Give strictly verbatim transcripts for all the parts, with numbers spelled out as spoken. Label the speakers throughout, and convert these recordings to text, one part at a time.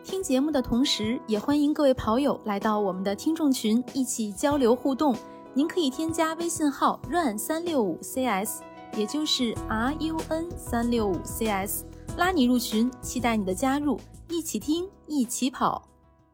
Speaker 1: 听节目的同时，也欢迎各位跑友来到我们的听众群，一起交流互动。您可以添加微信号 run 三六五 C S， 也就是 R U N 三六五 C S， 拉你入群，期待你的加入，一起听，一起跑。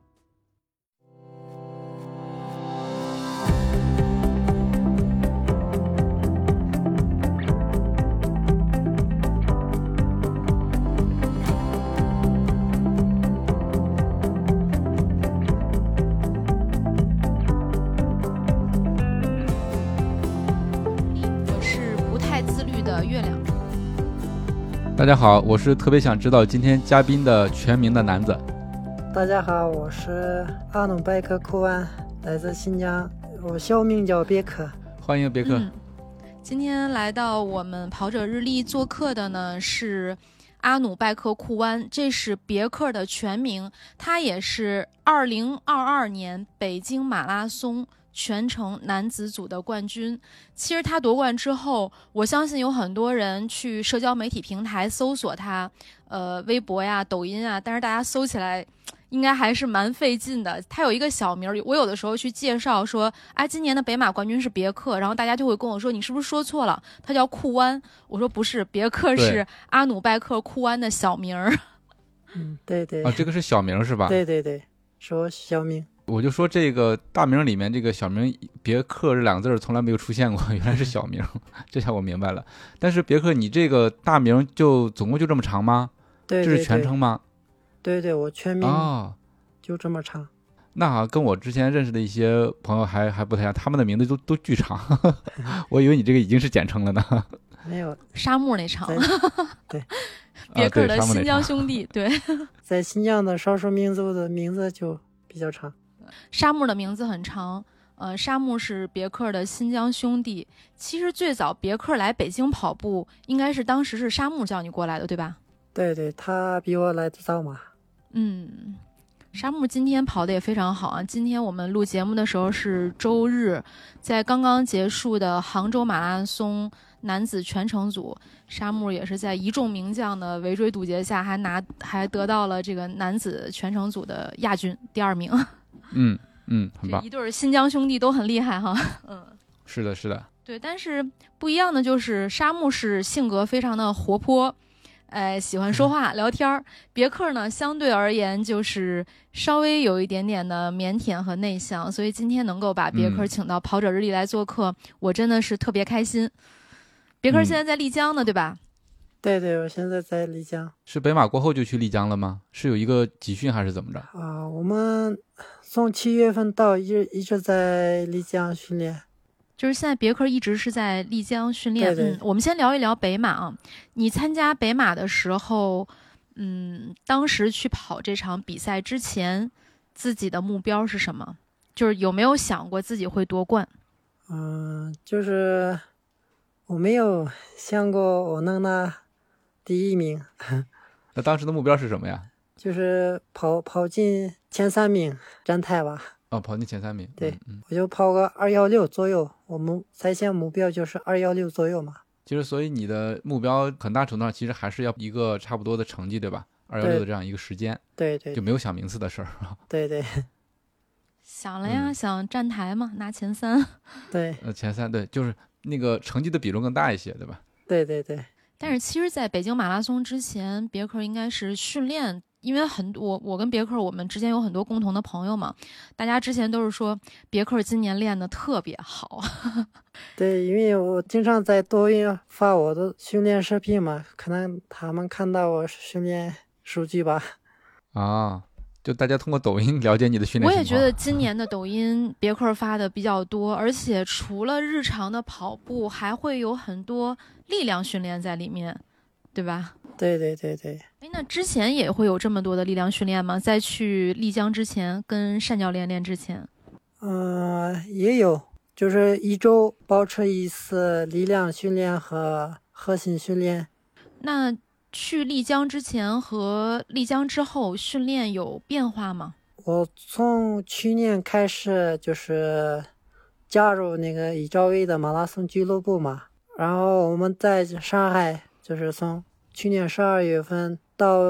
Speaker 2: 大家好，我是特别想知道今天嘉宾的全名的男子。
Speaker 3: 大家好，我是阿努拜克库安，来自新疆，我校名叫别克。
Speaker 2: 欢迎别克、嗯、
Speaker 1: 今天来到我们跑者日历做客的呢是阿努拜克库安，这是别克的全名，他也是二零二二年北京马拉松全程男子组的冠军。其实他夺冠之后，我相信有很多人去社交媒体平台搜索他，呃，微博呀、抖音啊，但是大家搜起来应该还是蛮费劲的。他有一个小名，我有的时候去介绍说，哎，今年的北马冠军是别克，然后大家就会跟我说，你是不是说错了？他叫库安。我说不是，别克是阿努拜克库安的小名。
Speaker 3: 嗯，对对。
Speaker 2: 啊，这个是小名是吧？
Speaker 3: 对对对，是我小名。
Speaker 2: 我就说这个大名里面这个小名别克这两个字从来没有出现过，原来是小名，这下我明白了。但是别克你这个大名就总共就这么长吗？
Speaker 3: 对对对，
Speaker 2: 这是全称吗？
Speaker 3: 对对，我全名就这么长、哦、
Speaker 2: 那好像跟我之前认识的一些朋友还还不太一样，他们的名字都都巨长我以为你这个已经是简称了呢。
Speaker 3: 没有，
Speaker 1: 沙漠那长
Speaker 3: 对
Speaker 1: 别克的新疆兄弟、啊、对, 对
Speaker 3: 在新疆的少数民族的名字就比较长。
Speaker 1: 沙漠的名字很长，呃，沙漠是别克的新疆兄弟。其实最早别克来北京跑步，应该是当时是沙漠叫你过来的，对吧？
Speaker 3: 对对，他比我来的早嘛。
Speaker 1: 嗯，沙漠今天跑的也非常好啊。今天我们录节目的时候是周日，在刚刚结束的杭州马拉松男子全程组，沙漠也是在一众名将的围追堵截下，还拿还得到了这个男子全程组的亚军第二名。
Speaker 2: 嗯嗯，很棒，
Speaker 1: 一对新疆兄弟都很厉害哈。嗯，
Speaker 2: 是的，是的，
Speaker 1: 对。但是不一样的就是沙漠是性格非常的活泼，哎，喜欢说话、嗯、聊天。别克呢，相对而言就是稍微有一点点的腼腆和内向，所以今天能够把别克请到跑者日历来做客、嗯，我真的是特别开心。别克现在在丽江呢、嗯，对吧？
Speaker 3: 对对，我现在在丽江。
Speaker 2: 是北马过后就去丽江了吗？是有一个集训还是怎么着？
Speaker 3: 啊，我们从七月份到一直一直在丽江训练。
Speaker 1: 就是现在别克一直是在丽江训练。
Speaker 3: 对对，
Speaker 1: 嗯，我们先聊一聊北马啊。你参加北马的时候，嗯，当时去跑这场比赛之前，自己的目标是什么？就是有没有想过自己会夺冠？
Speaker 3: 嗯，就是我没有想过我能拿第一名。
Speaker 2: 那当时的目标是什么呀？
Speaker 3: 就是跑跑进前三名站台吧。
Speaker 2: 哦，跑进前三名。
Speaker 3: 对、
Speaker 2: 嗯嗯、
Speaker 3: 我就跑个二幺六左右，我们赛前目标就是二幺六左右嘛。
Speaker 2: 其实所以你的目标很大程度上其实还是要一个差不多的成绩，对吧？二幺六的这样一个时间。
Speaker 3: 对对，
Speaker 2: 就没有想名次的事儿。
Speaker 3: 对对，
Speaker 1: 想了呀、嗯、想站台嘛，拿前三。
Speaker 3: 对，
Speaker 2: 呃，前三，对，就是那个成绩的比重更大一些，对吧？
Speaker 3: 对对对。
Speaker 1: 但是其实在北京马拉松之前，别克应该是训练，因为很我我跟别克我们之间有很多共同的朋友嘛，大家之前都是说别克今年练得特别好。
Speaker 3: 对，因为我经常在抖音发我的训练视频嘛，可能他们看到我训练数据吧。
Speaker 2: 啊，就大家通过抖音了解你的训练情况。
Speaker 1: 我也觉得今年的抖音别克发的比较多，而且除了日常的跑步，还会有很多力量训练在里面，对吧？
Speaker 3: 对对对对。
Speaker 1: 哎，那之前也会有这么多的力量训练吗？在去丽江之前，跟单教练练之前？
Speaker 3: 嗯、呃，也有，就是一周保持一次力量训练和核心训练。
Speaker 1: 那去丽江之前和丽江之后训练有变化吗？
Speaker 3: 我从去年开始就是加入那个伊兆威的马拉松俱乐部嘛，然后我们在上海就是从去年十二月份到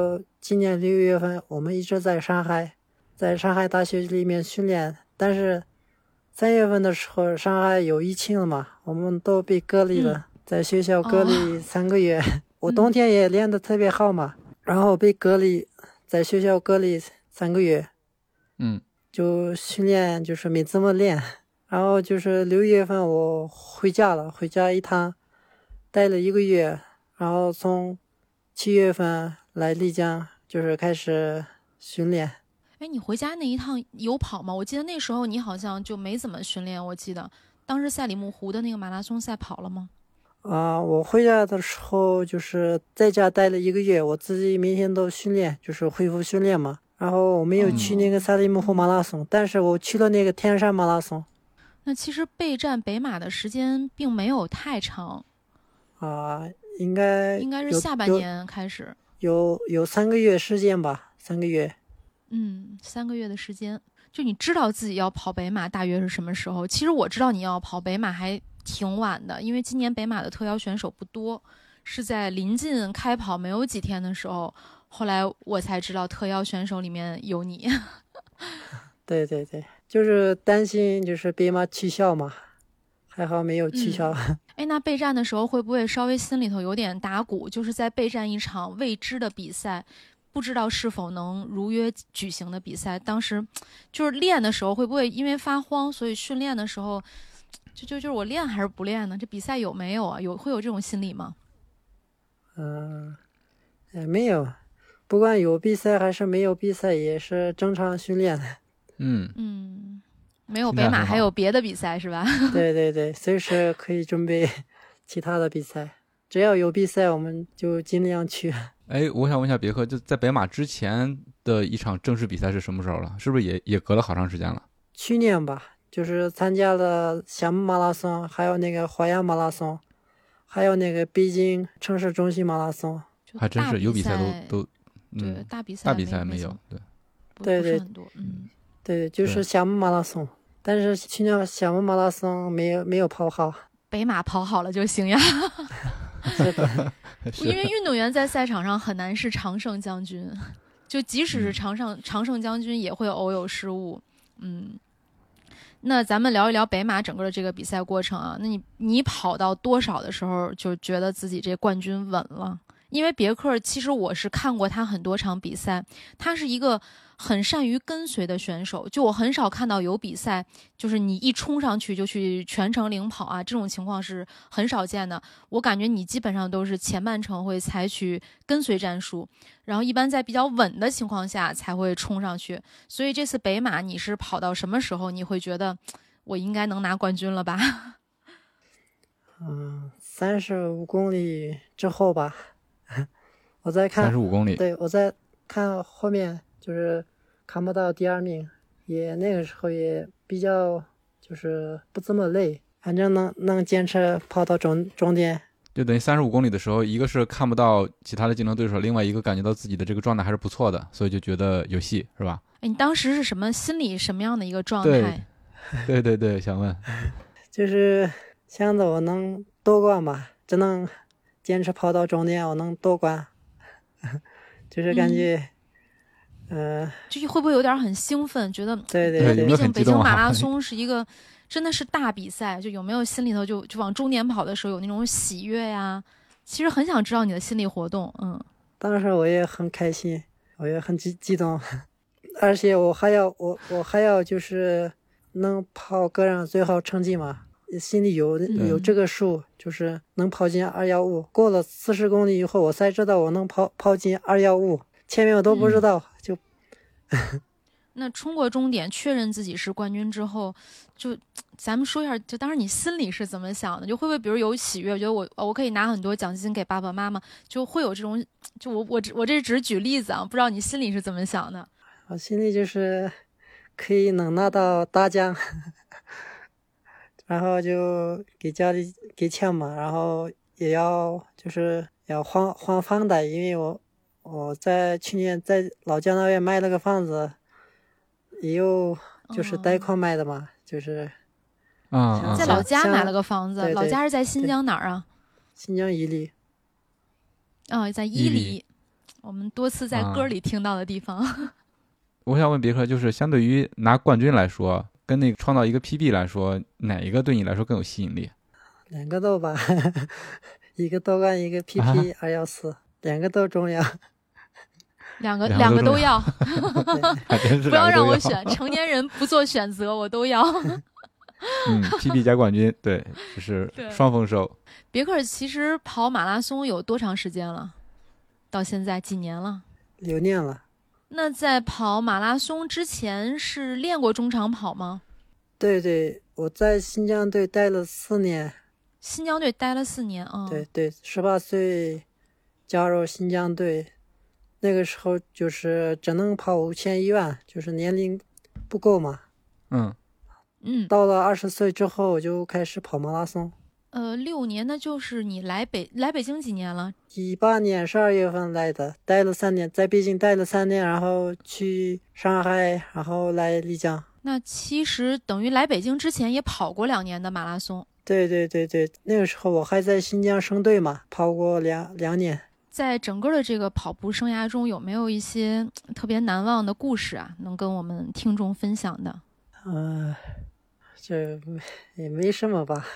Speaker 3: 今年六月份我们一直在上海，在上海大学里面训练，但是三月份的时候上海有疫情了嘛，我们都被隔离了，嗯、在学校隔离三个月。哦、我冬天也练得特别好嘛，嗯、然后被隔离，在学校隔离三个月，
Speaker 2: 嗯，
Speaker 3: 就训练就是没怎么练。然后就是六月份我回家了，回家一趟，待了一个月，然后从七月份来丽江，就是开始训练。
Speaker 1: 哎，你回家那一趟有跑吗？我记得那时候你好像就没怎么训练，我记得当时赛里木湖的那个马拉松赛跑了吗？
Speaker 3: 啊、呃，我回家的时候就是在家待了一个月，我自己每天都训练，就是恢复训练嘛。然后我没有去那个赛里木湖马拉松，嗯、但是我去了那个天山马拉松。
Speaker 1: 那其实备战北马的时间并没有太长
Speaker 3: 啊，应该
Speaker 1: 应该是下半年开始，
Speaker 3: 有有，有三个月时间吧，三个月，
Speaker 1: 嗯，三个月的时间。就你知道自己要跑北马大约是什么时候？其实我知道你要跑北马还挺晚的，因为今年北马的特邀选手不多，是在临近开跑没有几天的时候，后来我才知道特邀选手里面有你。
Speaker 3: 对对对。就是担心就是北马取消嘛，还好没有取消。
Speaker 1: 嗯、哎，那备战的时候会不会稍微心里头有点打鼓？就是在备战一场未知的比赛，不知道是否能如约举行的比赛，当时就是练的时候会不会因为发慌，所以训练的时候就就就是我练还是不练呢？这比赛有没有啊？有会有这种心理吗？
Speaker 3: 嗯，哎，没有，不管有比赛还是没有比赛，也是正常训练的。
Speaker 2: 嗯
Speaker 1: 嗯，没有北马还有别的比赛是吧？
Speaker 3: 对对对，随时可以准备其他的比赛，只要有比赛我们就尽量去。
Speaker 2: 哎，我想问一下别克，就在北马之前的一场正式比赛是什么时候了？是不是也也隔了好长时间了？
Speaker 3: 去年吧，就是参加了厦门马拉松，还有那个华阳马拉松，还有那个北京城市中心马拉松。
Speaker 2: 还真是有比赛都都，
Speaker 1: 嗯、对大比赛
Speaker 2: 大比赛没有，对
Speaker 3: 对对，
Speaker 1: 很多，嗯。
Speaker 3: 对，就是厦门马拉松，但是去年厦门马拉松没有没有跑好，
Speaker 1: 北马跑好了就行呀。
Speaker 3: 是的，
Speaker 1: 因为运动员在赛场上很难是常胜将军，就即使是常胜、嗯、常胜将军也会偶有失误。嗯，那咱们聊一聊北马整个的这个比赛过程啊。那你你跑到多少的时候就觉得自己这冠军稳了？因为别克其实我是看过他很多场比赛，他是一个很善于跟随的选手，就我很少看到有比赛就是你一冲上去就去全程领跑啊，这种情况是很少见的。我感觉你基本上都是前半程会采取跟随战术，然后一般在比较稳的情况下才会冲上去。所以这次北马你是跑到什么时候你会觉得我应该能拿冠军了吧？
Speaker 3: 嗯，三十五公里之后吧。我在看
Speaker 2: 三十五公里，
Speaker 3: 对，我在看后面，就是看不到第二名，也那个时候也比较就是不怎么累，反正能能坚持跑到终终点。
Speaker 2: 就等于三十五公里的时候，一个是看不到其他的竞争对手，另外一个感觉到自己的这个状态还是不错的，所以就觉得有戏，是吧？
Speaker 1: 哎，你当时是什么心理什么样的一个状态？
Speaker 2: 对对对，想问，
Speaker 3: 就是想着我能夺冠吧，只能坚持跑到终点，我能夺冠。就是感觉，嗯、呃，
Speaker 1: 就是会不会有点很兴奋？觉得
Speaker 3: 对对对，
Speaker 1: 毕竟北京马拉松是一个真的是大比赛，就有没有心里头就就往终点跑的时候有那种喜悦呀？其实很想知道你的心理活动，嗯。
Speaker 3: 当时我也很开心，我也很激激动，而且我还要我我还要就是能跑个人最好成绩嘛。心里有有这个数、嗯，就是能跑进二一五。过了四十公里以后，我才知道我能跑跑进二一五，前面我都不知道。嗯、就
Speaker 1: 那冲过终点，确认自己是冠军之后，就咱们说一下，就当时你心里是怎么想的？就会不会比如有喜悦，觉得我我可以拿很多奖金给爸爸妈妈，就会有这种？就我我我这只是举例子啊，不知道你心里是怎么想的？
Speaker 3: 我心里就是可以能拿到大奖。然后就给家里给钱嘛，然后也要就是要还还房贷，因为我我在去年在老家那边买了个房子，也有就是贷款买的嘛，哦、就是
Speaker 2: 啊，
Speaker 1: 在老家买了个房子，
Speaker 3: 对对
Speaker 1: 老家是在新疆哪儿啊？
Speaker 3: 新疆伊犁。
Speaker 1: 啊、哦，在伊犁。 我们多次在歌里听到的地方。
Speaker 2: 啊、我想问别克，就是相对于拿冠军来说，跟那个创造一个 P B 来说，哪一个对你来说更有吸引力？
Speaker 3: 两个都吧，一个夺冠，一个 P P 二幺四，两个都重要。
Speaker 1: 两个两个都要，
Speaker 2: 不
Speaker 1: 要让我选，成年人不做选择，我都要。
Speaker 2: 嗯 ，P B 加冠军，对，就是双丰收。
Speaker 1: 别克其实跑马拉松有多长时间了？到现在几年了？
Speaker 3: 六年了。
Speaker 1: 那在跑马拉松之前是练过中长跑吗？
Speaker 3: 对对，我在新疆队待了四年。
Speaker 1: 新疆队待了四年啊、嗯？
Speaker 3: 对对，十八岁加入新疆队。那个时候就是只能跑五千一万，就是年龄不够嘛。
Speaker 2: 嗯
Speaker 1: 嗯。
Speaker 3: 到了二十岁之后就开始跑马拉松。
Speaker 1: 呃，六年，那就是你来北来北京几年了？
Speaker 3: 一八年十二月份来的，待了三年，在北京待了三年，然后去上海，然后来丽江。
Speaker 1: 那其实等于来北京之前也跑过两年的马拉松。
Speaker 3: 对对对对，那个时候我还在新疆省队嘛，跑过两两年。
Speaker 1: 在整个的这个跑步生涯中，有没有一些特别难忘的故事啊，能跟我们听众分享的？
Speaker 3: 嗯、呃，这也没什么吧。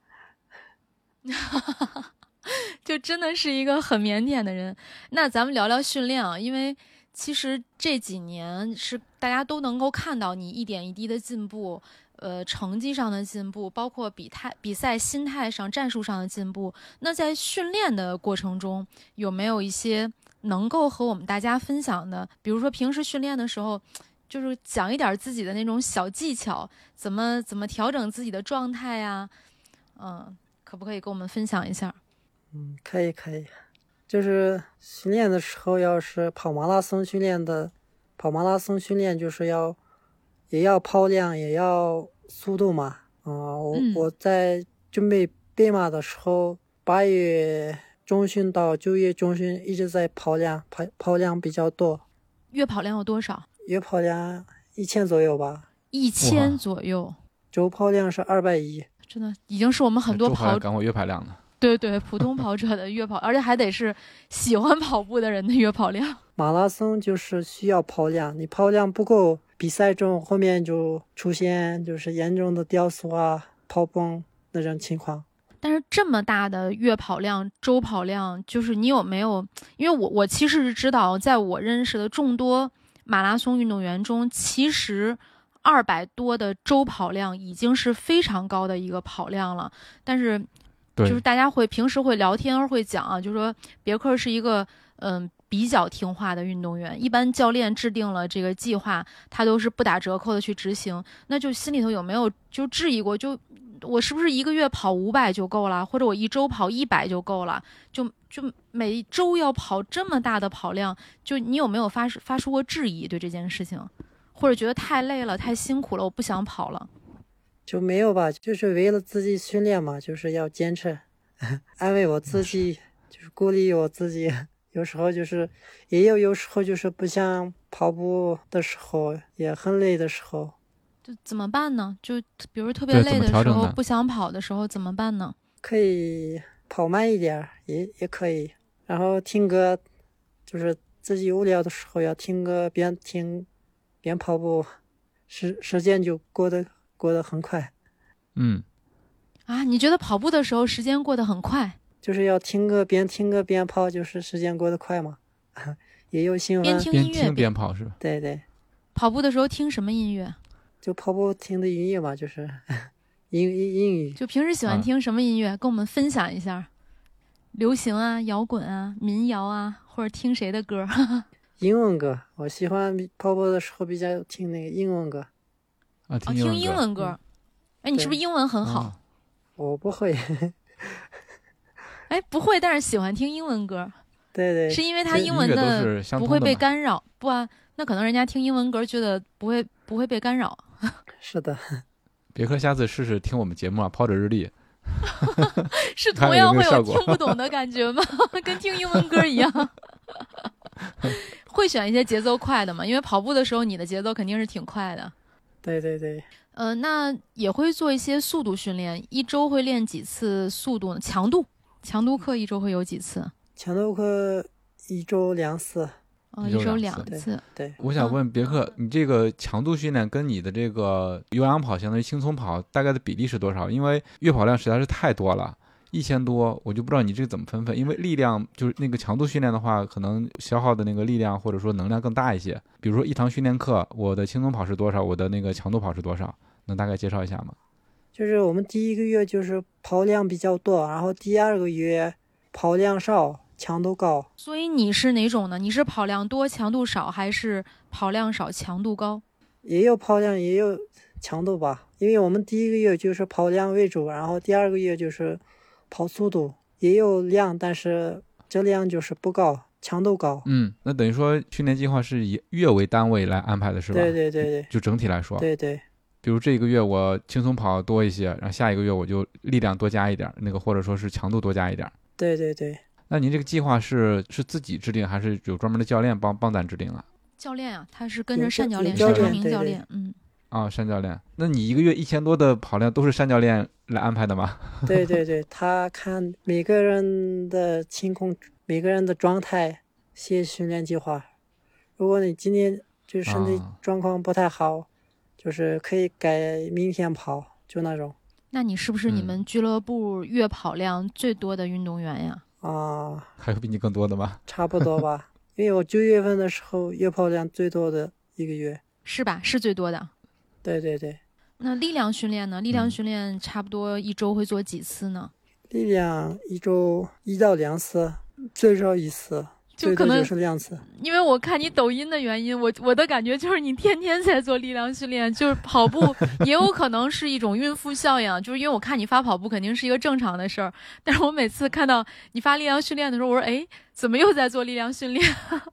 Speaker 1: 就真的是一个很腼腆的人。那咱们聊聊训练啊，因为其实这几年是大家都能够看到你一点一滴的进步。呃，成绩上的进步，包括比态、比赛心态上、战术上的进步。那在训练的过程中，有没有一些能够和我们大家分享的？比如说平时训练的时候，就是讲一点自己的那种小技巧，怎么怎么调整自己的状态呀？嗯，可不可以跟我们分享一下？
Speaker 3: 嗯，可以可以。就是训练的时候，要是跑马拉松训练的，跑马拉松训练就是要。也要跑量，也要速度嘛。呃、我、嗯、我在准备北马的时候，八月中旬到九月中旬一直在跑量，跑跑量比较多。
Speaker 1: 月跑量有多少？
Speaker 3: 月跑量一千左右吧。
Speaker 1: 一千左右。
Speaker 3: 周跑量是二百一。
Speaker 1: 真的已经是我们很多跑
Speaker 2: 赶我月跑量的。
Speaker 1: 对对，普通跑者的月跑，而且还得是喜欢跑步的人的月跑量。
Speaker 3: 马拉松就是需要跑量，你跑量不够，比赛中后面就出现就是严重的掉速啊、跑崩那种情况。
Speaker 1: 但是这么大的月跑量、周跑量，就是你有没有？因为我我其实是知道，在我认识的众多马拉松运动员中，其实二百多的周跑量已经是非常高的一个跑量了，但是。就是大家会平时会聊天会讲啊，就是说别克是一个嗯比较听话的运动员，一般教练制定了这个计划，他都是不打折扣的去执行。那就心里头有没有就质疑过，就我是不是一个月跑五百就够了，或者我一周跑一百就够了？就就每周要跑这么大的跑量，就你有没有发发出过质疑对这件事情，或者觉得太累了、太辛苦了，我不想跑了？
Speaker 3: 就没有吧，就是为了自己训练嘛，就是要坚持，安慰我自己，就是鼓励我自己。有时候就是也有，有时候就是不想跑步的时候，也很累的时候，
Speaker 1: 就怎么办呢？就比如特别累的时候，不想跑的时候怎么办呢？
Speaker 3: 可以跑慢一点，也也可以，然后听歌，就是自己无聊的时候要听歌，边听边跑步，时时间就过得。过得很快。
Speaker 2: 嗯
Speaker 1: 啊，你觉得跑步的时候时间过得很快？
Speaker 3: 就是要听歌，边听歌边跑，就是时间过得快嘛。也有新闻，
Speaker 1: 边听音乐
Speaker 2: 边听边跑是吧？
Speaker 3: 对对。
Speaker 1: 跑步的时候听什么音乐？
Speaker 3: 就跑步听的音乐嘛，就是英英语。
Speaker 1: 就平时喜欢听什么音乐？啊、跟我们分享一下。流行啊，摇滚啊，民谣啊，或者听谁的歌？
Speaker 3: 英文歌，我喜欢跑步的时候比较听那个英文歌。
Speaker 2: 啊，听
Speaker 1: 英文歌。哦、听英文歌。哎、嗯，你是不是英文很好？
Speaker 3: 哦、我不会。
Speaker 1: 哎，不会，但是喜欢听英文歌。
Speaker 3: 对对。
Speaker 1: 是因为他英文的不会被干扰，不啊？那可能人家听英文歌觉得不会不会被干扰。
Speaker 3: 是的。
Speaker 2: 别克下次试试听我们节目啊，跑者日历。
Speaker 1: 是同样会有听不懂的感觉吗？跟听英文歌一样。会选一些节奏快的吗？因为跑步的时候你的节奏肯定是挺快的。
Speaker 3: 对对对。
Speaker 1: 呃，那也会做一些速度训练，一周会练几次速度呢？强度强度课一周会有几次？
Speaker 3: 强度课一周两次。
Speaker 1: 哦，
Speaker 2: 一周
Speaker 1: 一周
Speaker 2: 两次
Speaker 1: 两次。
Speaker 3: 对，
Speaker 2: 我想问别克，你这个强度训练跟你的这个有氧跑相当于轻松跑大概的比例是多少？因为月跑量实在是太多了，一千多，我就不知道你这个怎么分配。因为力量就是那个强度训练的话，可能消耗的那个力量或者说能量更大一些。比如说一堂训练课，我的轻松跑是多少，我的那个强度跑是多少，能大概介绍一下吗？
Speaker 3: 就是我们第一个月就是跑量比较多，然后第二个月跑量少，强度高。
Speaker 1: 所以你是哪种呢？你是跑量多强度少，还是跑量少强度高？
Speaker 3: 也有跑量也有强度吧，因为我们第一个月就是跑量为主，然后第二个月就是跑速度，也有量，但是这量就是不高，强度高。
Speaker 2: 嗯，那等于说训练计划是以月为单位来安排的是吧？
Speaker 3: 对对对对，
Speaker 2: 就整体来说，
Speaker 3: 对对
Speaker 2: 比如这个月我轻松跑多一些，然后下一个月我就力量多加一点，那个或者说是强度多加一点。
Speaker 3: 对对对。
Speaker 2: 那您这个计划是是自己制定，还是有专门的教练帮帮咱制定啊？
Speaker 1: 教练啊，他是跟着
Speaker 3: 有
Speaker 1: 单教练，
Speaker 3: 有
Speaker 1: 单成
Speaker 2: 教练
Speaker 3: 对对
Speaker 1: 明教练。嗯，
Speaker 2: 啊，单教练，那你一个月一千多的跑量都是单教练来安排的吗？
Speaker 3: 对对对，他看每个人的情况，每个人的状态写训练计划。如果你今天就是身体
Speaker 2: 啊
Speaker 3: 状况不太好，就是可以改明天跑，就那种。
Speaker 1: 那你是不是你
Speaker 2: 嗯
Speaker 1: 们俱乐部月跑量最多的运动员呀？
Speaker 3: 啊，
Speaker 2: 还有比你更多的吗？
Speaker 3: 差不多吧。因为我九月份的时候月跑量最多的一个月。
Speaker 1: 是吧？是最多的。
Speaker 3: 对对对，
Speaker 1: 那力量训练呢？力量
Speaker 2: 嗯
Speaker 1: 训练差不多一周会做几次呢？
Speaker 3: 力量一周一到两次，最少一次，最多
Speaker 1: 就可能
Speaker 3: 就是两次。
Speaker 1: 因为我看你抖音的原因，我我的感觉就是你天天在做力量训练，就是跑步也有可能是一种孕妇效应，就是因为我看你发跑步肯定是一个正常的事儿，但是我每次看到你发力量训练的时候，我说哎，怎么又在做力量训练？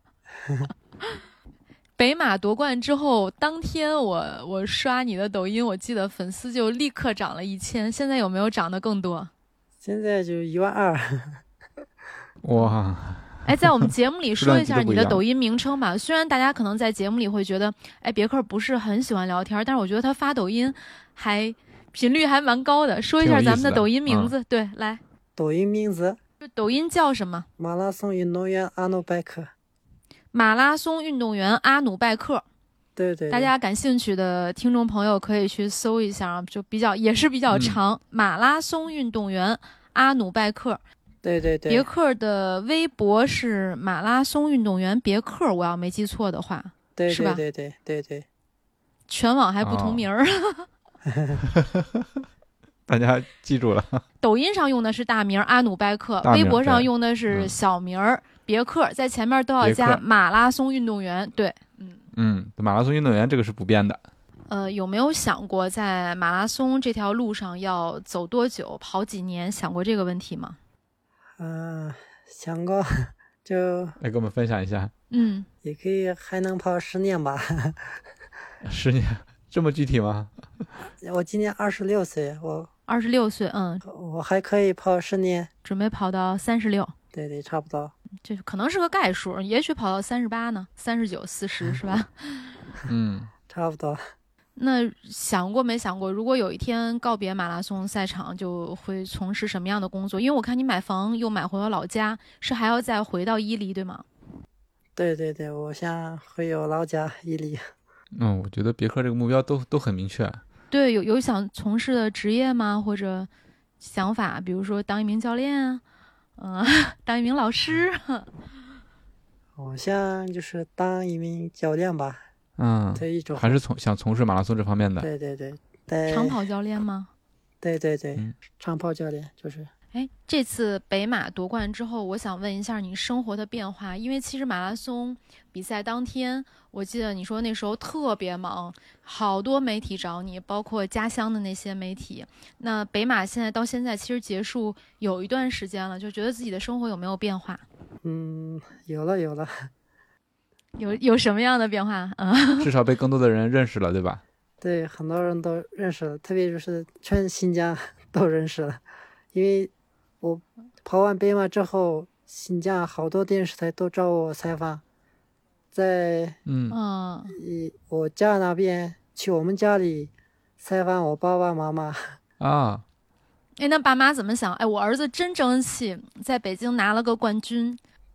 Speaker 1: 北马夺冠之后，当天我我刷你的抖音，我记得粉丝就立刻涨了一千，现在有没有涨得更多？
Speaker 3: 现在就一万二。
Speaker 2: 哇，
Speaker 1: 哎，在我们节目里说一下你
Speaker 2: 数量级都不一样
Speaker 1: 的抖音名称吧。虽然大家可能在节目里会觉得，哎，别克不是很喜欢聊天，但是我觉得他发抖音还频率还蛮高的。说一下咱们的抖音名字，对，来，
Speaker 3: 抖音名字
Speaker 1: 就抖音叫什么？
Speaker 3: 马拉松运动员阿努拜克。
Speaker 1: 马拉松运动员阿努拜克。
Speaker 3: 对对对，
Speaker 1: 大家感兴趣的听众朋友可以去搜一下，就比较也是比较长。
Speaker 2: 嗯、
Speaker 1: 马拉松运动员阿努拜克。
Speaker 3: 对对对，
Speaker 1: 别克的微博是马拉松运动员别克，我要没记错的话，
Speaker 3: 对
Speaker 1: 是吧？
Speaker 3: 对对对对对，
Speaker 1: 全网还不同名儿。
Speaker 2: 哦、大家记住了。
Speaker 1: 抖音上用的是大名阿努拜克，
Speaker 2: 微
Speaker 1: 博上用的是小名儿别克，在前面都要加马拉松运动员。对，嗯
Speaker 2: 嗯，马拉松运动员这个是不变的。
Speaker 1: 呃，有没有想过在马拉松这条路上要走多久，跑几年？想过这个问题吗？
Speaker 3: 嗯、呃，想过，就
Speaker 2: 来跟我们分享一下。
Speaker 1: 嗯，
Speaker 3: 也可以，还能跑十年吧。
Speaker 2: 十年，这么具体吗？
Speaker 3: 我今年二十六岁，我
Speaker 1: 二十六岁，嗯，
Speaker 3: 我还可以跑十年，
Speaker 1: 准备跑到三十六。
Speaker 3: 对对，差不多。
Speaker 1: 这可能是个概数，也许跑到三十八呢，三十九、四十是吧？
Speaker 2: 嗯，
Speaker 3: 差不多。
Speaker 1: 那想过没想过，如果有一天告别马拉松赛场，就会从事什么样的工作？因为我看你买房又买回了老家，是还要再回到伊犁，对吗？
Speaker 3: 对对对，我想回我老家伊犁。
Speaker 2: 嗯，我觉得别克这个目标都都很明确。
Speaker 1: 对，有有想从事的职业吗？或者想法，比如说当一名教练啊，嗯、呃，当一名老师。
Speaker 3: 我想就是当一名教练吧。
Speaker 2: 嗯，
Speaker 3: 这一种
Speaker 2: 还是从想从事马拉松这方面的。
Speaker 3: 对对对，对
Speaker 1: 长跑教练吗？
Speaker 3: 对对对，
Speaker 2: 嗯、
Speaker 3: 长跑教练就是。
Speaker 1: 哎，这次北马夺冠之后，我想问一下你生活的变化，因为其实马拉松比赛当天，我记得你说那时候特别忙，好多媒体找你，包括家乡的那些媒体。那北马现在到现在其实结束有一段时间了，就觉得自己的生活有没有变化？
Speaker 3: 嗯，有了有了。
Speaker 1: 有有什么样的变化？嗯，
Speaker 2: 至少被更多的人认识了，对吧？
Speaker 3: 对，很多人都认识了，特别就是全新疆都认识了，因为我跑完北马之后，新疆好多电视台都找我采访，在
Speaker 2: 嗯
Speaker 1: 嗯，
Speaker 3: 我家那边去我们家里采访我爸爸妈妈
Speaker 2: 啊。
Speaker 1: 哎，那爸妈怎么想？哎，我儿子真争气，在北京拿了个冠军。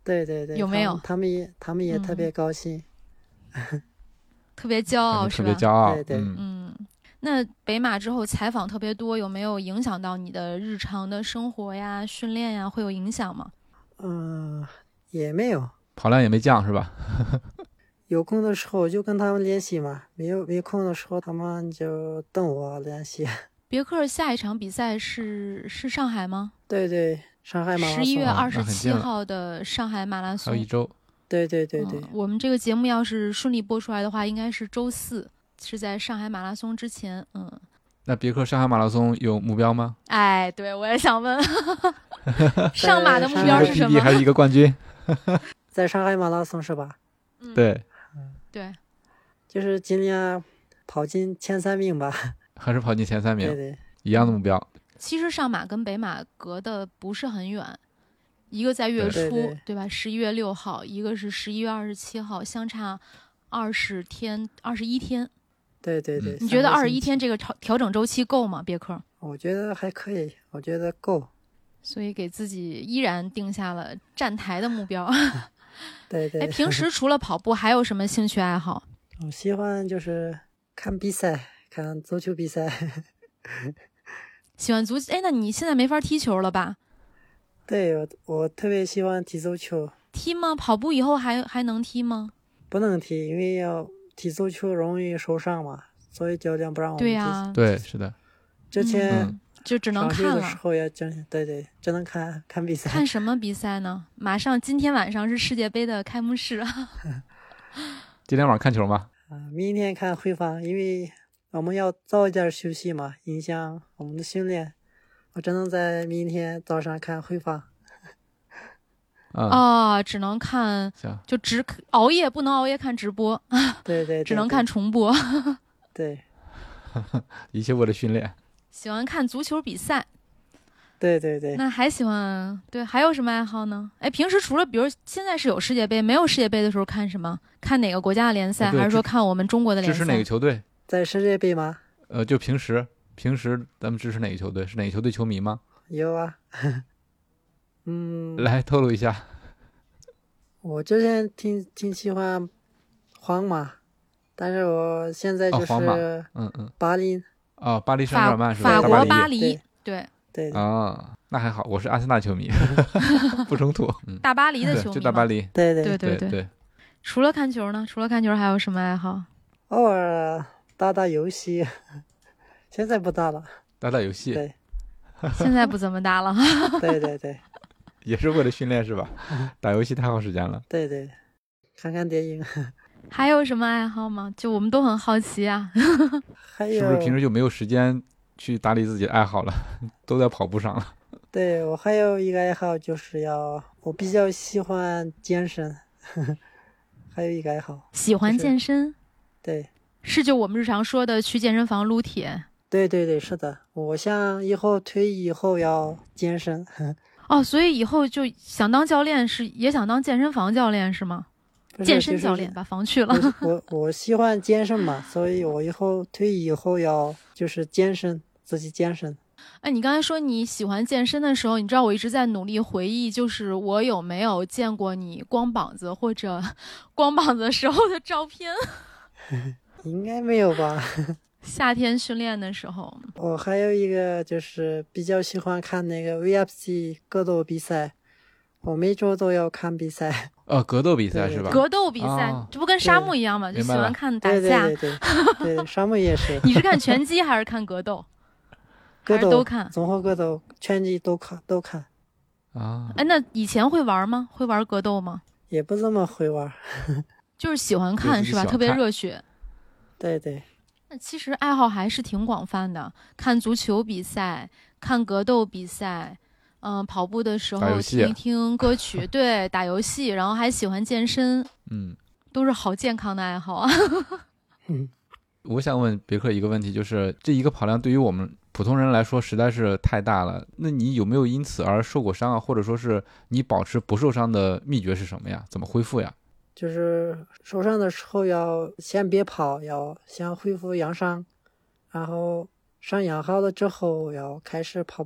Speaker 3: 对对对，
Speaker 1: 有没有？
Speaker 3: 他们他们也他们也特别高兴，
Speaker 1: 嗯、特别骄傲是吧？
Speaker 2: 特别骄傲。
Speaker 3: 对对，
Speaker 2: 嗯
Speaker 1: 嗯。那北马之后采访特别多，有没有影响到你的日常的生活呀、训练呀？会有影响吗？
Speaker 3: 嗯，也没有，
Speaker 2: 跑量也没降是吧？
Speaker 3: 有空的时候就跟他们联系嘛，没有没空的时候他们就等我联系。
Speaker 1: 别克下一场比赛是是上海吗？
Speaker 3: 对对，上海马拉松。
Speaker 1: 十一月二十
Speaker 2: 那很近了
Speaker 1: 七号的上海马拉松，
Speaker 2: 还有一周。
Speaker 3: 对对对对、
Speaker 1: 嗯，我们这个节目要是顺利播出来的话，应该是周四，是在上海马拉松之前。嗯，
Speaker 2: 那别克上海马拉松有目标吗？
Speaker 1: 哎，对，我也想问，上马的目标是什么？
Speaker 2: 一个 P B 还是一个冠军？
Speaker 3: 在上海马拉松是吧？
Speaker 1: 嗯、
Speaker 2: 对，
Speaker 1: 对，
Speaker 3: 就是尽量跑进前三名吧。
Speaker 2: 还是跑进前三名？
Speaker 3: 对对，
Speaker 2: 一样的目标。
Speaker 1: 其实上马跟北马隔的不是很远，一个在月初，
Speaker 3: 对对
Speaker 1: 对吧？十一月六号，一个是十一月二十七号，相差二十天，二十一天。
Speaker 3: 对对对。
Speaker 1: 你觉得二十一天这个调调整周期够吗？别克？
Speaker 3: 我觉得还可以，我觉得够。
Speaker 1: 所以给自己依然定下了站台的目标。
Speaker 3: 对对。
Speaker 1: 哎，平时除了跑步，还有什么兴趣爱好？
Speaker 3: 我喜欢就是看比赛，看足球比赛。
Speaker 1: 喜欢足，哎，那你现在没法踢球了吧？
Speaker 3: 对，我我特别喜欢踢足球。
Speaker 1: 踢吗？跑步以后还还能踢吗？
Speaker 3: 不能踢，因为要踢足球容易受伤嘛，所以教练不让我们踢。
Speaker 1: 对呀、啊，
Speaker 2: 对，是的。
Speaker 3: 之前、
Speaker 1: 嗯、就只能看了。
Speaker 3: 的时候也真对对，只能看看比赛。
Speaker 1: 看什么比赛呢？马上今天晚上是世界杯的开幕式。
Speaker 2: 今天晚上看球吗？
Speaker 3: 啊，明天看回放，因为我们要早一点休息嘛，影响我们的训练。我只能在明天早上看回放。
Speaker 2: 嗯、
Speaker 1: 哦，只能看，就只熬夜，不能熬夜看直播。
Speaker 3: 对 对, 对, 对，
Speaker 1: 只能看重播。
Speaker 3: 对，
Speaker 2: 一切为了训练。
Speaker 1: 喜欢看足球比赛。
Speaker 3: 对对对。
Speaker 1: 那还喜欢对还有什么爱好呢？哎，平时除了比如现在是有世界杯，没有世界杯的时候看什么？看哪个国家的联赛，还是说看我们中国的联赛？
Speaker 2: 支持哪个球队？
Speaker 3: 在世界杯吗？
Speaker 2: 呃，就平时平时咱们支持哪个球队？是哪个球队球迷吗？
Speaker 3: 有啊。嗯，
Speaker 2: 来透露一下。
Speaker 3: 我之前挺挺喜欢皇马，但是我现在就是
Speaker 2: 哦、皇马嗯嗯
Speaker 3: 巴黎。
Speaker 2: 哦，巴黎圣日耳曼是吧？
Speaker 1: 法国巴
Speaker 2: 黎。
Speaker 1: 对
Speaker 3: 对对
Speaker 2: 啊、哦，那还好，我是阿森纳球迷，不冲突。嗯，
Speaker 1: 大巴黎的球迷，
Speaker 2: 就大巴黎。
Speaker 3: 对
Speaker 1: 对对
Speaker 2: 对对
Speaker 1: 对。除了看球呢？除了看球还有什么爱好？
Speaker 3: 偶尔打打游戏，现在不打了。
Speaker 2: 打打游戏。
Speaker 3: 对。
Speaker 1: 现在不怎么打了。
Speaker 3: 对对对。
Speaker 2: 也是为了训练是吧？打游戏太耗时间了。
Speaker 3: 对对，看看电影。
Speaker 1: 还有什么爱好吗？就我们都很好奇啊。
Speaker 3: 还有
Speaker 2: 是不是平时就没有时间去打理自己的爱好了，都在跑步上了？
Speaker 3: 对，我还有一个爱好就是要，我比较喜欢健身。还有一个爱好，
Speaker 1: 喜欢健身。
Speaker 3: 就是、对，
Speaker 1: 是就我们日常说的去健身房撸铁。
Speaker 3: 对对对，是的。我想以后退役以后要健身。
Speaker 1: 哦，所以以后就想当教练，是也想当健身房教练是吗？健身教练，把房去了。
Speaker 3: 我我喜欢健身嘛，所以我以后退役以后要就是健身，自己健身。
Speaker 1: 哎，你刚才说你喜欢健身的时候，你知道我一直在努力回忆，就是我有没有见过你光膀子或者光膀子时候的照片？
Speaker 3: 应该没有吧。
Speaker 1: 夏天训练的时候。
Speaker 3: 我还有一个就是比较喜欢看那个 V F C 格斗比赛，我每周都要看比赛。
Speaker 2: 呃、哦，格斗比赛是吧？
Speaker 1: 格斗比赛，
Speaker 2: 哦、
Speaker 1: 这不跟沙漠一样吗？就喜欢看打
Speaker 3: 架。对对对对，对沙漠也是。
Speaker 1: 你是看拳击还是看格斗？
Speaker 3: 格斗
Speaker 1: 都看，
Speaker 3: 综合格斗、拳击都看都看。
Speaker 2: 啊，
Speaker 1: 哎，那以前会玩吗？会玩格斗吗？
Speaker 3: 也不怎么会玩。
Speaker 1: 就是喜欢看是吧？特别热血。
Speaker 3: 对对。
Speaker 1: 那其实爱好还是挺广泛的，看足球比赛，看格斗比赛，嗯、呃，跑步的时候听一听歌曲，对，打游戏，然后还喜欢健身，
Speaker 2: 嗯，
Speaker 1: 都是好健康的爱好啊。
Speaker 3: 嗯，
Speaker 2: 我想问别克一个问题，就是这一个跑量对于我们普通人来说实在是太大了，那你有没有因此而受过伤啊？或者说是你保持不受伤的秘诀是什么呀？怎么恢复呀？
Speaker 3: 就是受伤的时候要先别跑，要先恢复养伤，然后伤养好了之后要开始跑步。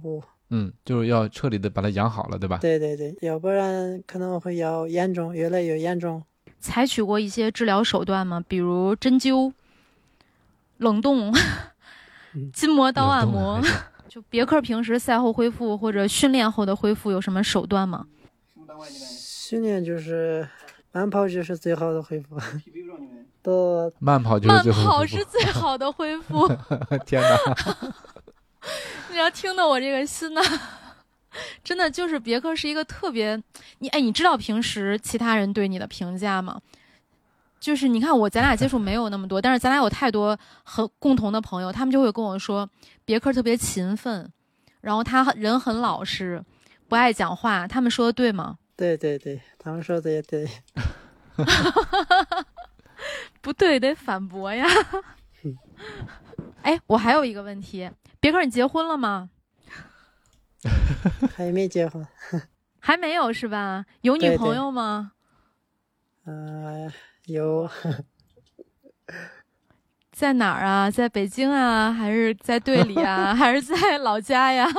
Speaker 2: 嗯，就是要彻底的把它养好了，对吧？
Speaker 3: 对对对，要不然可能会要严重，越来越严重。
Speaker 1: 采取过一些治疗手段吗？比如针灸、冷冻、筋膜刀按摩。就别克平时赛后恢复或者训练后的恢复有什么手段吗？
Speaker 3: 训练就是慢跑就是最好的恢复。都
Speaker 2: 慢跑就是最好的恢复。
Speaker 1: 慢跑是最好的恢复。
Speaker 2: 天哪！
Speaker 1: 你要听得我这个心呐，真的就是别克是一个特别，你哎，你知道平时其他人对你的评价吗？就是你看我咱俩接触没有那么多，但是咱俩有太多很共同的朋友，他们就会跟我说别克特别勤奋，然后他人很老实，不爱讲话，他们说的对吗？
Speaker 3: 对对对，他们说的也对。
Speaker 1: 不对得反驳呀。哎，我还有一个问题，别克你结婚了吗？
Speaker 3: 还没结婚。
Speaker 1: 还没有是吧？有女朋友吗？
Speaker 3: 嗯、呃，有。
Speaker 1: 在哪儿啊？在北京啊，还是在队里啊，还是在老家呀？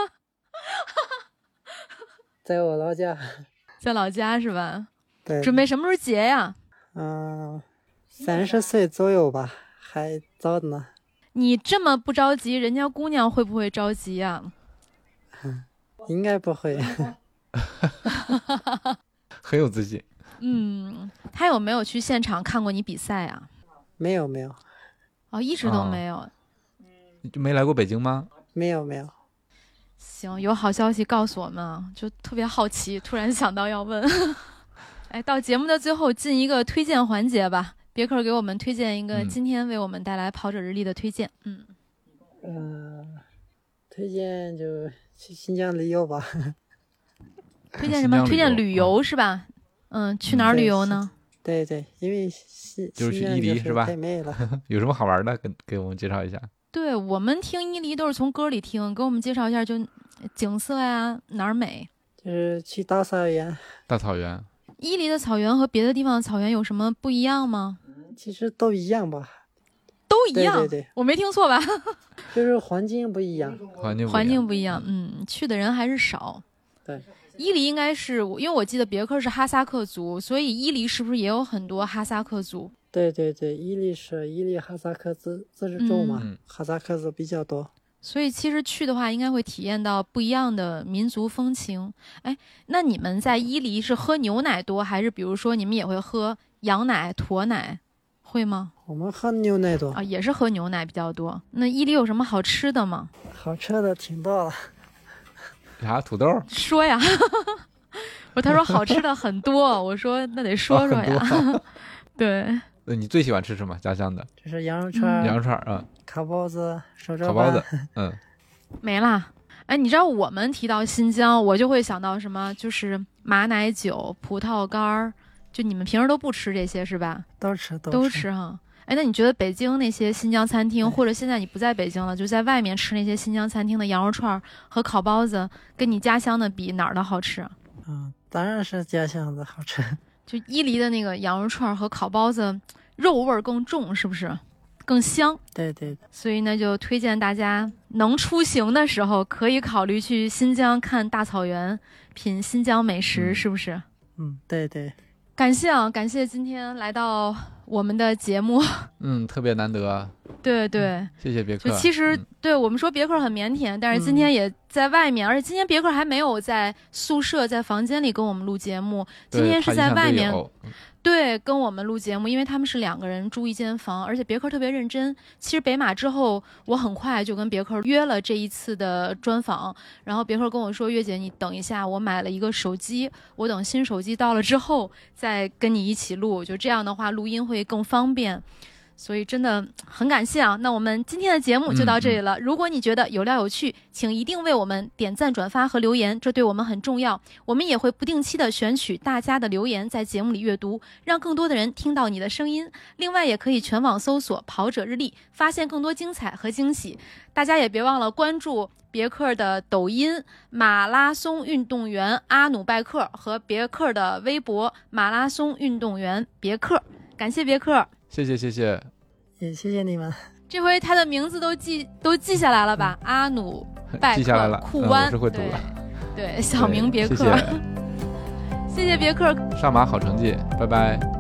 Speaker 3: 在我老家。
Speaker 1: 在老家是吧？
Speaker 3: 对。
Speaker 1: 准备什么时候结呀？
Speaker 3: 嗯，三十岁左右吧，还早的呢。
Speaker 1: 你这么不着急，人家姑娘会不会着急呀？
Speaker 3: 应该不会。
Speaker 2: 很有自信。
Speaker 1: 嗯，他有没有去现场看过你比赛啊？
Speaker 3: 没有没有。
Speaker 1: 哦，一直都没有。
Speaker 2: 哦、就没来过北京吗？
Speaker 3: 没有没有。
Speaker 1: 行，有好消息告诉我们啊，就特别好奇，突然想到要问。哎，到节目的最后进一个推荐环节吧，别克给我们推荐一个今天为我们带来跑者日历的推荐。嗯，
Speaker 3: 嗯、呃，推荐就去新疆旅游吧。
Speaker 1: 推荐什么？推荐旅游是吧？嗯，去哪儿旅游呢？
Speaker 3: 对 对, 对，因为西
Speaker 2: 就是去伊犁是吧？
Speaker 3: 太美了。
Speaker 2: 有什么好玩的？给给我们介绍一下。
Speaker 1: 对，我们听伊犁都是从歌里听，给我们介绍一下，就景色呀，哪儿美？
Speaker 3: 就是去大草原。
Speaker 2: 大草原。
Speaker 1: 伊犁的草原和别的地方的草原有什么不一样吗？
Speaker 3: 其实都一样吧。
Speaker 1: 都一样。
Speaker 3: 对对对，
Speaker 1: 我没听错吧？
Speaker 3: 就是环境不一样。
Speaker 2: 环境
Speaker 1: 环境不一样，嗯，去的人还是少。
Speaker 3: 对。
Speaker 1: 伊犁应该是，因为我记得别克是哈萨克族，所以伊犁是不是也有很多哈萨克族？
Speaker 3: 对对对，伊犁是伊犁哈萨克自自治州嘛、
Speaker 2: 嗯，
Speaker 3: 哈萨克族比较多。
Speaker 1: 所以其实去的话，应该会体验到不一样的民族风情。哎，那你们在伊犁是喝牛奶多，还是比如说你们也会喝羊奶、驼奶，会吗？
Speaker 3: 我们喝牛奶多
Speaker 1: 啊，也是喝牛奶比较多。那伊犁有什么好吃的吗？
Speaker 3: 好吃的挺多了。
Speaker 2: 啥土豆？
Speaker 1: 说呀。我他说好吃的很多，我说那得说说呀。哦、对。
Speaker 2: 那你最喜欢吃什么？家乡的？
Speaker 3: 就是羊肉串、
Speaker 2: 嗯、羊肉串啊，
Speaker 3: 烤包子、手抓
Speaker 2: 烤包子，嗯，
Speaker 1: 没啦。哎，你知道我们提到新疆，我就会想到什么？就是马奶酒、葡萄干儿。就你们平时都不吃这些是吧？
Speaker 3: 都吃，都吃，
Speaker 1: 都吃哈。哎，那你觉得北京那些新疆餐厅，或者现在你不在北京了，就在外面吃那些新疆餐厅的羊肉串和烤包子，跟你家乡的比，哪儿的好吃？
Speaker 3: 嗯，当然是家乡的好吃。
Speaker 1: 就伊犁的那个羊肉串和烤包子，肉味更重，是不是？更香。
Speaker 3: 对对。
Speaker 1: 所以呢，就推荐大家能出行的时候，可以考虑去新疆看大草原，品新疆美食，
Speaker 2: 嗯、
Speaker 1: 是不是？
Speaker 3: 嗯，对对。
Speaker 1: 感谢啊，感谢今天来到我们的节目。
Speaker 2: 嗯，特别难得。
Speaker 1: 对对、
Speaker 2: 嗯，谢谢别克。
Speaker 1: 就其实、嗯、对我们说别克很腼腆，但是今天也在外面、嗯，而且今天别克还没有在宿舍在房间里跟我们录节目，今天是在外面。对，跟我们录节目，因为他们是两个人住一间房，而且别克特别认真。其实北马之后，我很快就跟别克约了这一次的专访，然后别克跟我说：“月姐，你等一下，我买了一个手机，我等新手机到了之后再跟你一起录，就这样的话录音会更方便。”所以真的很感谢啊！那我们今天的节目就到这里了。嗯嗯、如果你觉得有料有趣，请一定为我们点赞、转发和留言，这对我们很重要。我们也会不定期的选取大家的留言，在节目里阅读，让更多的人听到你的声音。另外，也可以全网搜索“跑者日历”，发现更多精彩和惊喜。大家也别忘了关注别克的抖音马拉松运动员阿努拜克和别克的微博马拉松运动员别克。感谢别克。
Speaker 2: 谢谢谢谢，
Speaker 3: 也谢谢你们。
Speaker 1: 这回他的名字都记都记下来了吧？嗯、阿努拜
Speaker 2: 记下来了，嗯，
Speaker 1: 库湾，
Speaker 2: 我是会读的。
Speaker 1: 对，对，小明别克，
Speaker 2: 谢谢，
Speaker 1: 谢谢别克，
Speaker 2: 上马好成绩，拜拜。